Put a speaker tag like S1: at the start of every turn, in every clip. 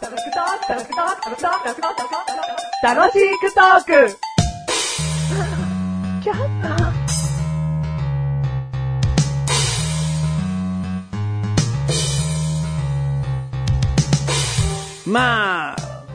S1: 楽しくトーク
S2: まあ、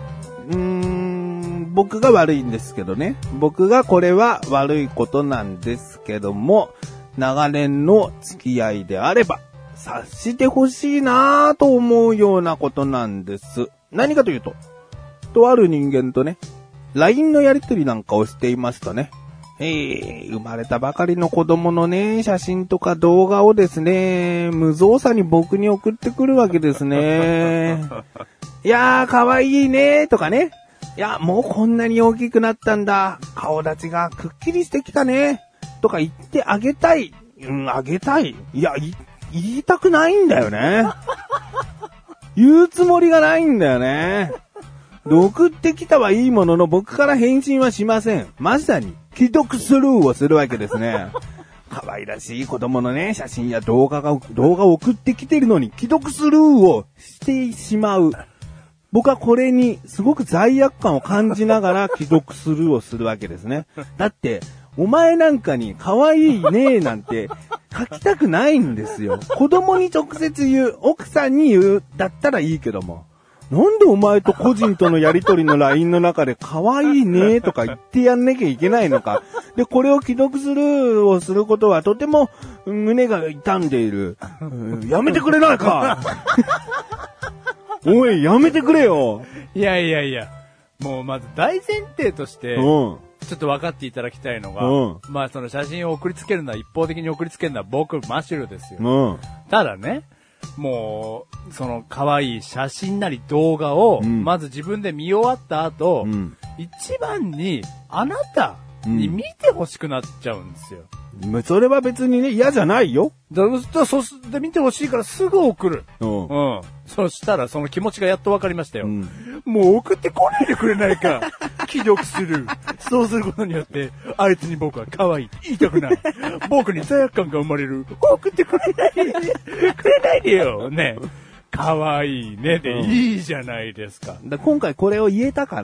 S2: 僕が悪いんですけどね。僕がこれは悪いことなんですけども、長年の付き合いであれば、察してほしいなぁと思うようなことなんです。何かというと、とある人間とね、LINE のやりとりなんかをしていますとね、生まれたばかりの子供のね、写真とか動画をですね、無造作に僕に送ってくるわけですね。いやー、かわいいねーとかね。いや、もうこんなに大きくなったんだ。顔立ちがくっきりしてきたね。とか言ってあげたい。あげたい。いや、言いたくないんだよね。言うつもりがないんだよね。送ってきたはいいものの僕から返信はしません。まさに既読スルーをするわけですね。可愛らしい子供のね、写真や動画を送ってきてるのに既読スルーをしてしまう。僕はこれにすごく罪悪感を感じながら既読スルーをするわけですね。だって、お前なんかに可愛いねなんて書きたくないんですよ。子供に直接言う、奥さんに言うだったらいいけども。なんでお前と個人とのやりとりの LINE の中で可愛いねとか言ってやんなきゃいけないのか。で、これを既読スルーをすることはとても胸が痛んでいる。やめてくれないかおい、やめてくれよ。
S3: いや。もうまず大前提として、ちょっと分かっていただきたいのが、まあその写真を送りつけるのは、一方的に送りつけるのは僕、マシュルですよ。ただね、もう、その可愛い写真なり動画を、まず自分で見終わった後、一番にあなたに見てほしくなっちゃうんですよ。
S2: それは別にね、嫌じゃないよ。
S3: そして見てほしいからすぐ送る。そしたらその気持ちがやっと分かりましたよ。もう送ってこないでくれないか。既読する。そうすることによって、あいつに僕は可愛い。言いたくない。僕に罪悪感が生まれる。送ってくれないでよ。ね。可愛いねでいいじゃないですか。
S2: 今回これを言えたから、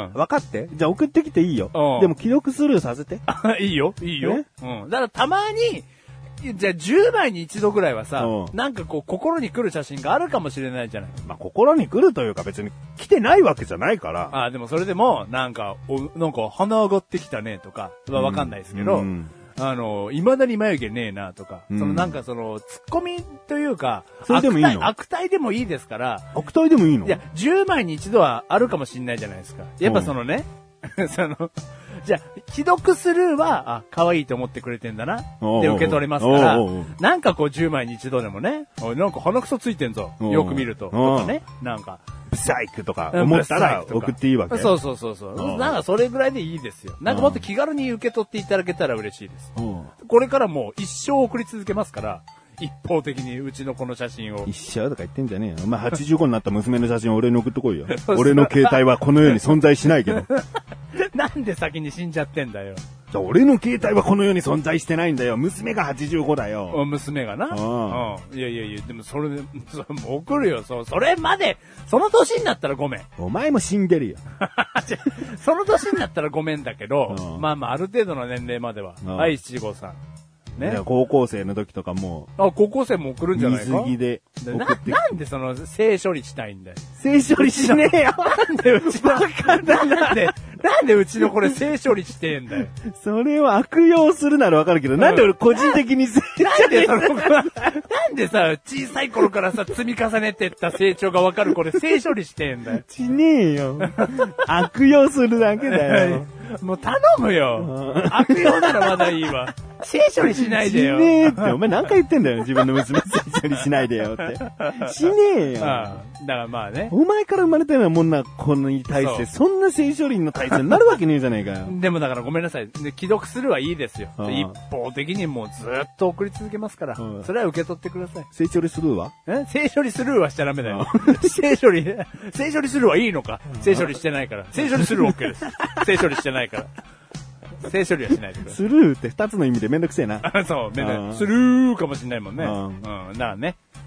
S2: 分かって。じゃあ送ってきていいよ。でも既読スルーさせて。
S3: いいよ。だからたまに、じゃあ10枚に一度ぐらいはさ、なんかこう心に来る写真があるかもしれないじゃない。
S2: まあ心に来るというか別に来てないわけじゃないから。
S3: でもそれでも、なんか鼻上がってきたねとか、わかんないですけど、未だに眉毛ねえなとか、なんかツッコミというか、
S2: それでもいいの？
S3: 悪態でもいいですから。
S2: 悪態でもいいの？
S3: いや、10枚に一度はあるかもしれないじゃないですか。やっぱじゃあ、既読スルーは、可愛いと思ってくれてんだな、って受け取れますから、なんかこう10枚に一度でもね、なんか鼻くそついてんぞ、よく見ると、とかね、なんか、
S2: ブサイクとか思ったら送っていいわけ。
S3: そう。なんかそれぐらいでいいですよ。なんかもっと気軽に受け取っていただけたら嬉しいです。これからもう一生送り続けますから、一方的にうちのこの写真を。
S2: 一生とか言ってんじゃねえよ。お前85になった娘の写真を俺に送ってこいよ。俺の携帯はこの世に存在しないけど。
S3: なんで先に死んじゃってんだよ。
S2: 俺の携帯はこの世に存在してないんだよ。娘が85だよ。
S3: 娘がな。いや、でもそれで、送るよ。それまで、その年になったらごめん。
S2: お前も死んでるよ。
S3: その年になったらごめんだけど、まあ、ある程度の年齢までは。はい、七五さん。ね。
S2: 高校生の時とかも。
S3: 高校生も送るんじゃないか。
S2: 水着で
S3: なんでその、性処理したいんだよ。
S2: 性処理しねえよ。
S3: なんでうちの、なんでうちのこれ性処理してんだよ。
S2: それを悪用するならわかるけど、なんで俺個人的に性処理
S3: なんでさ、小さい頃からさ、積み重ねてった成長がわかるこれ性処理してんだよ。
S2: しねえよ。悪用するだけだよ。
S3: もう頼むよ。悪用ならまだいいわ。性処理しないでよ。
S2: しねえって、お前何回言ってんだよ。自分の娘性処理しないでよって。しねえよ。だ
S3: からまあね。
S2: お前から生まれたようなもんな子に対して、そんな性処理の対象になるわけねえじゃねえかよ。
S3: でもだからごめんなさい。既読するはいいですよ。一方的にもうずっと送り続けますから。それは受け取ってください。
S2: 性処理スルーは？
S3: 性処理スルーはしちゃダメだよ。性処理スルーはいいのか。性処理してないから。性処理スルー OK です。性処理してないから。性処理はしないでください。
S2: スルーって二つの意味でめんどくせえな。
S3: そう、スルーかもしんないもんね。だからね。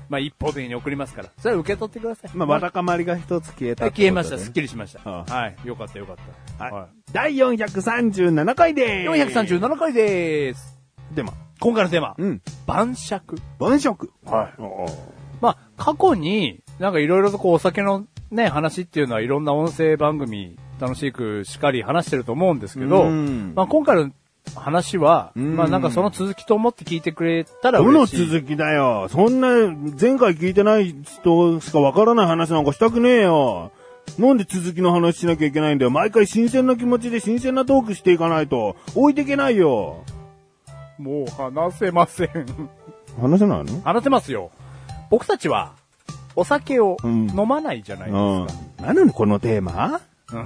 S3: まあ一方的に送りますから、それは受け取ってください。
S2: まあ、わだかまりが一つ消えた、
S3: 消えました、すっきりしました。はい。よかったよかった。
S2: はい。第437回でーす。
S3: 437回でーす。
S2: テーマ。
S3: 今回のテーマ。晩酌。
S2: 晩酌。
S3: はい。まあ、過去に、なんかいろいろとこうお酒のね、話っていうのはいろんな音声番組、楽しくしっかり話してると思うんですけど、まあ今回の話は、まあなんかその続きと思って聞いてくれたら嬉しい。
S2: どの続きだよ。そんな、前回聞いてない人しかわからない話なんかしたくねえよ。なんで続きの話しなきゃいけないんだよ。毎回新鮮な気持ちで新鮮なトークしていかないと、置いていけないよ。
S3: もう話せません。
S2: 話せないの？
S3: 話せますよ。僕たちは、お酒を飲まないじゃないですか。
S2: なのにこのテーマ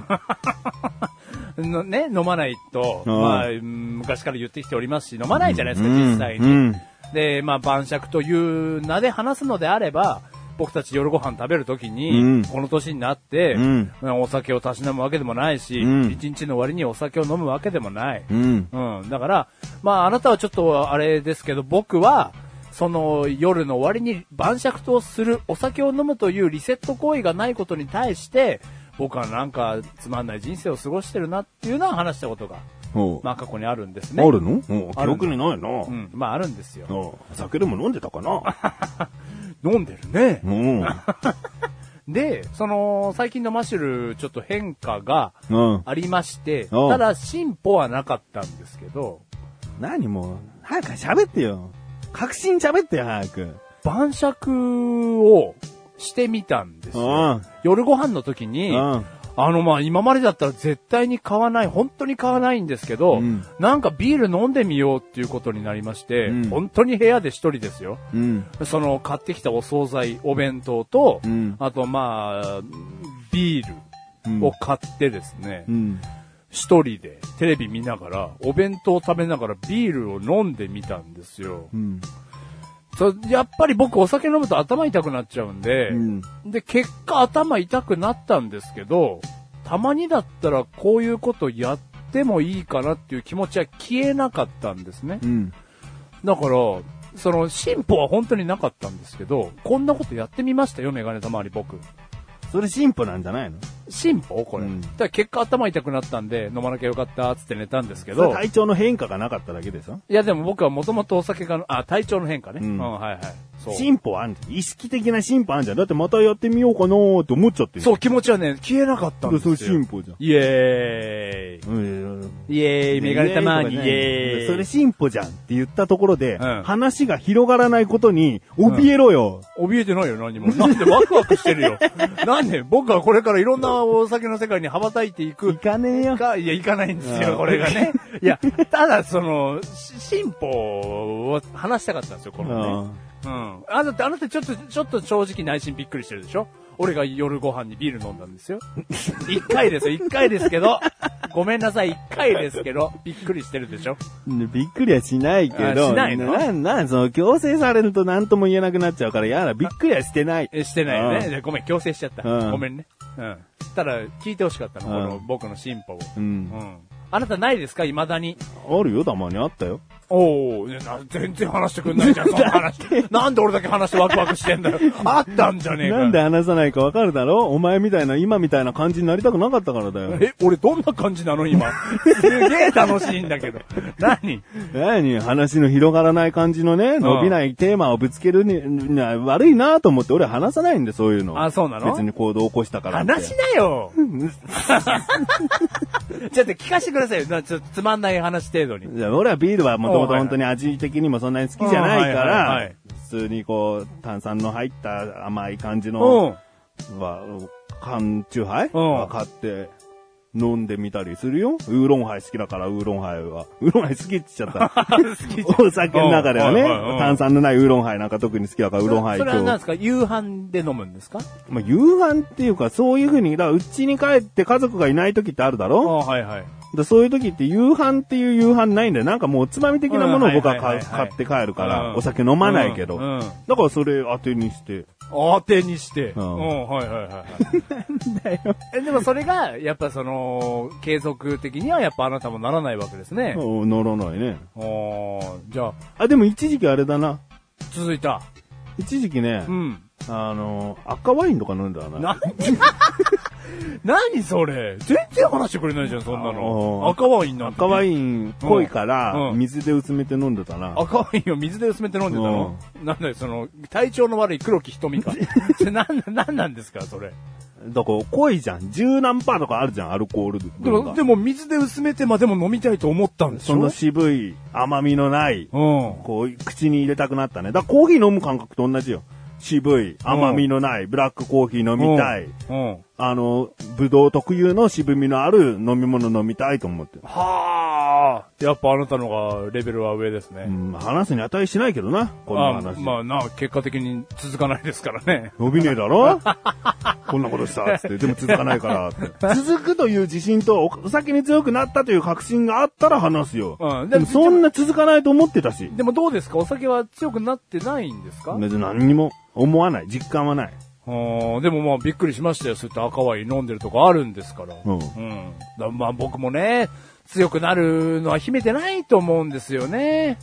S3: ね、飲まないと、まあ、昔から言ってきておりますし、飲まないじゃないですか、実際に。で、まあ、晩酌という名で話すのであれば、僕たち夜ご飯食べるときに、この年になって、お酒をたしなむわけでもないし、一日の終わりにお酒を飲むわけでもない。だから、まあ、あなたはちょっとあれですけど、僕は、その夜の終わりに晩酌とするお酒を飲むというリセット行為がないことに対して、僕はなんかつまんない人生を過ごしてるなっていうのは話したことが、まあ過去にあるんですね。
S2: あるの？記憶にないな。
S3: まああるんですよ。
S2: 酒でも飲んでたかな
S3: 飲んでるね。で、その、最近のマシュル、ちょっと変化がありまして、ただ進歩はなかったんですけど。
S2: 何もう、早く喋ってよ。確信喋ってよ、早く。
S3: 晩酌をしてみたんですよ。夜ご飯の時に、まあ、今までだったら絶対に買わない、本当に買わないんですけど、なんかビール飲んでみようっていうことになりまして、本当に部屋で一人ですよ。その、買ってきたお惣菜、お弁当と、あとまあ、ビールを買ってですね、一人でテレビ見ながら、お弁当を食べながらビールを飲んでみたんですよ。やっぱり僕お酒飲むと頭痛くなっちゃうんで、で、結果頭痛くなったんですけど、たまにだったらこういうことやってもいいかなっていう気持ちは消えなかったんですね。だから、その進歩は本当になかったんですけど、こんなことやってみましたよ、メガネたまわり僕。
S2: それ進歩なんじゃないの？
S3: 進歩これ。だから結果頭痛くなったんで、飲まなきゃよかったっつって寝たんですけど。
S2: 体調の変化がなかっただけでしょ？
S3: いやでも僕はもともとお酒が、体調の変化ね。はいはい。
S2: 進歩あんじゃん。意識的な進歩あんじゃん。だってまたやってみようかなーって思っちゃってる。
S3: そう、気持ちはね、消えなかったんですよ。
S2: それ進歩じゃん。
S3: イエーイ。イエーイ、メガネたまにイエーイ。
S2: それ進歩じゃんって言ったところで、話が広がらないことに、怯えろよ。
S3: 怯えてないよ、何も。なんでワクワクしてるよ。なんで僕はこれからいろんなお酒の世界に羽ばたいていく。
S2: 行かねえよ。
S3: いや、行かないんですよ、これがね。いや、ただその、進歩を話したかったんですよ、このね。あなたちょっと正直内心びっくりしてるでしょ？俺が夜ご飯にビール飲んだんですよ。一回ですけど、ごめんなさい、一回ですけど、びっくりしてるでしょ？
S2: びっくりはしないけど、
S3: しないの？
S2: その、強制されると何とも言えなくなっちゃうから、やだ、びっくりはしてない。
S3: してないよね。ごめん、強制しちゃった。ごめんね。ただ、聞いてほしかったの、この僕の進歩を。あなたないですか？未だに。
S2: あるよ、たまにあったよ。
S3: 全然話してくんないじゃん、その話。なんで俺だけ話してワクワクしてんだよ。あったんじゃねえか。
S2: なんで話さないかわかるだろ？お前みたいな、今みたいな感じになりたくなかったからだよ。
S3: 俺どんな感じなの今。すげえ楽しいんだけど。何
S2: 話の広がらない感じのね、伸びないテーマをぶつけるには悪いなと思って俺話さないんで、そういうの。
S3: そうなの？
S2: 別に行動を起こしたからって。
S3: 話しなよちょっと聞かせてくださいよ。ちょっとつまんない話程度に。
S2: 俺はビールはもともと本当に味的にもそんなに好きじゃないから、普通にこう、炭酸の入った甘い感じの、缶チューハイ買って、飲んでみたりするよ。ウーロンハイ好きだから、ウーロンハイ好きって言っちゃった。お酒の中ではね、炭酸のないウーロンハイなんか特に好きだから、ウーロンハイ
S3: それは何ですか？夕飯で飲むんですか？
S2: まあ、夕飯っていうか、そういう風に、うちに帰って家族がいない時ってあるだろ？そういう時って夕飯っていう夕飯ないんだよ。なんかもうおつまみ的なものを僕は買って帰るから、お酒飲まないけど。だからそれ当てにして。
S3: はいはいはい。
S2: なんだよ。
S3: でもそれが、やっぱその、継続的にはやっぱあなたもならないわけですね。
S2: ならないね。
S3: じゃあ。
S2: でも一時期あれだな。
S3: 続いた。
S2: 一時期ね、
S3: うん。
S2: 赤ワインとか飲んだな。
S3: 何それ全然話してくれないじゃん、そんなの。赤ワインなんて。
S2: 赤ワイン濃いから、水で薄めて飲んでたな。
S3: 赤ワインを水で薄めて飲んでたの？なんだよ、体調の悪い黒木瞳か。なんなんですか、それ。
S2: だから濃いじゃん。10何パーとかあるじゃん、アルコール。
S3: でも水で薄めてまでも飲みたいと思ったんでしょ？
S2: その渋い甘みのない、こう、口に入れたくなったね。だからコーヒー飲む感覚と同じよ。渋い、甘みのない、ブラックコーヒー飲みたい。ぶどう特有の渋みのある飲み物飲みたいと思って。
S3: はあ。やっぱあなたのがレベルは上ですね。
S2: 話すに値しないけどな、こんな話。
S3: まあ結果的に続かないですからね。
S2: 伸びねえだろこんなことしたっつって、でも続かないからって。続くという自信と、お酒に強くなったという確信があったら話すよ。でもそんな続かないと思ってたし。
S3: でもどうですか？お酒は強くなってないんですか？
S2: 別に何にも思わない。実感はない。
S3: でもまあびっくりしましたよ。そういった赤ワイン飲んでるとこあるんですから。まあ僕もね、強くなるのは秘めてないと思うんですよね。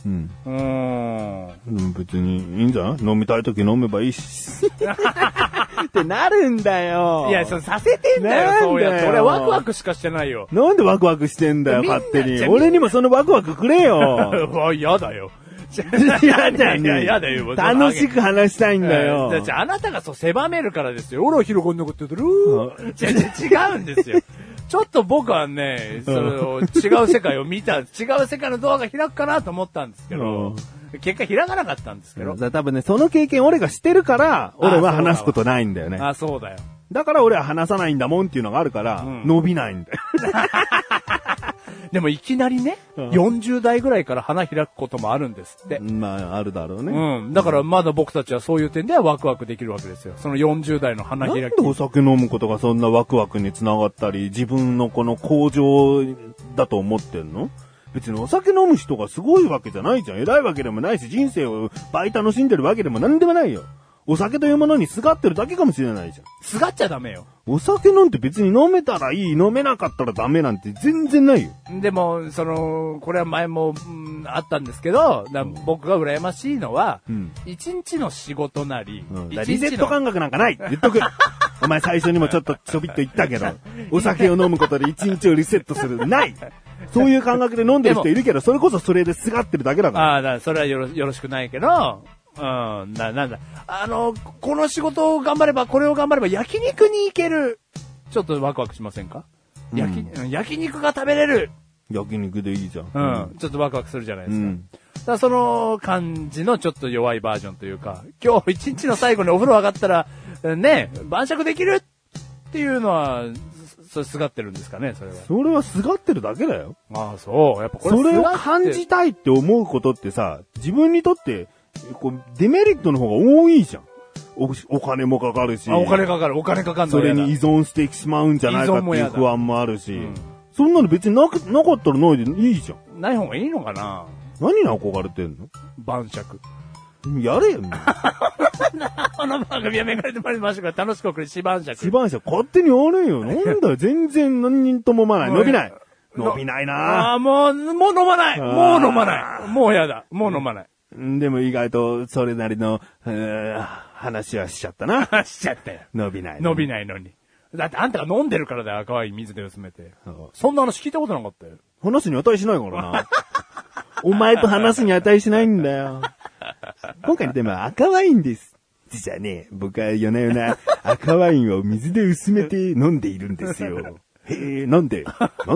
S2: 別にいいんじゃない？飲みたいとき飲めばいいし。ってなるんだよ。
S3: いや、させてんだよ、そうやって。俺はワクワクしかしてないよ。
S2: なんでワクワクしてんだよ、勝手に。俺にもそのワクワクくれよ。
S3: 嫌だよ。
S2: やだね。
S3: やだよ。
S2: 楽しく話したいんだよ。
S3: あなたがそう狭めるからですよ。俺は広がんなこと言ってる。違うんですよ。ちょっと僕はね、違う世界を見た、違う世界のドアが開くかなと思ったんですけど、結果開かなかったんですけど。
S2: 多分ね、その経験俺がしてるから、俺は話すことないんだよね。
S3: そうだよ。
S2: だから俺は話さないんだもんっていうのがあるから、伸びないんだよ。
S3: でもいきなりね、40代ぐらいから花開くこともあるんですって。
S2: まあ、あるだろうね。
S3: だからまだ僕たちはそういう点ではワクワクできるわけですよ。その40代の花開き。
S2: なんでお酒飲むことがそんなワクワクにつながったり、自分のこの向上だと思ってんの？別にお酒飲む人がすごいわけじゃないじゃん。偉いわけでもないし、人生を倍楽しんでるわけでもなんでもないよ。お酒というものにすがってるだけかもしれないじゃん。
S3: すがっちゃダメよ。
S2: お酒なんて別に飲めたらいい、飲めなかったらダメなんて全然ないよ。
S3: でも、これは前も、あったんですけど、僕が羨ましいのは、一日の仕事なり、
S2: リセット感覚なんかない言っとく。お前最初にもちょっとちょびっと言ったけど、お酒を飲むことで一日をリセットする。ない。そういう感覚で飲んでる人いるけど、それこそそれですがってるだけだから。
S3: だからそれはよろしくないけど、なんだ。この仕事を頑張れば、これを頑張れば焼肉に行ける。ちょっとワクワクしませんか？焼肉が食べれる。
S2: 焼肉でいいじゃん。
S3: ちょっとワクワクするじゃないですか。だからその感じのちょっと弱いバージョンというか、今日一日の最後にお風呂上がったら、ね、晩酌できるっていうのは、それすがってるんですかね、それは。
S2: それはすがってるだけだよ。
S3: そう。やっぱこれ
S2: それを感じたいって思うことってさ、自分にとって、デメリットの方が多いじゃん。お金もかかるし。
S3: お金かかるの。
S2: それに依存してしまうんじゃないかっていう不安もあるし。そんなの別になかったらないでいいじゃん。
S3: ない方がいいのかな？
S2: 何に憧れてんの？
S3: 晩酌。
S2: やれよ、
S3: この番組はめがれてまいりましたから楽しく送る四晩酌。
S2: 四晩酌勝手にやれよ。なんだよ、全然何人とも飲まない。伸びない。伸びないな
S3: もう飲まない。もう飲まない。もうやだ。もう飲まない。
S2: でも意外とそれなりの、話はしちゃったな。
S3: しちゃったよ。
S2: 伸びない。
S3: 伸びないのに。だってあんたが飲んでるからだよ、赤ワイン水で薄めて。そんな話聞いたことなかったよ。
S2: 話に値しないからな。お前と話すに値しないんだよ。今回でも赤ワインです。実はね、僕は夜な夜な赤ワインを水で薄めて飲んでいるんですよ。へえ、なんで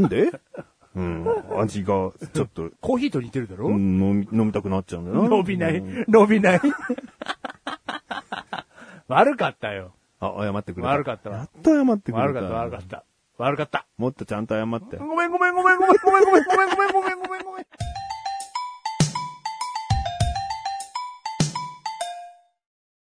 S2: 味が、ちょっと。
S3: コーヒーと似てるだろ？
S2: 飲みたくなっちゃうんだよな。
S3: 伸びない。悪かったよ。
S2: 謝ってくれた。
S3: 悪かったわ。
S2: やっと謝ってくれた。
S3: 悪かった。
S2: もっとちゃんと謝って。
S3: ごめん。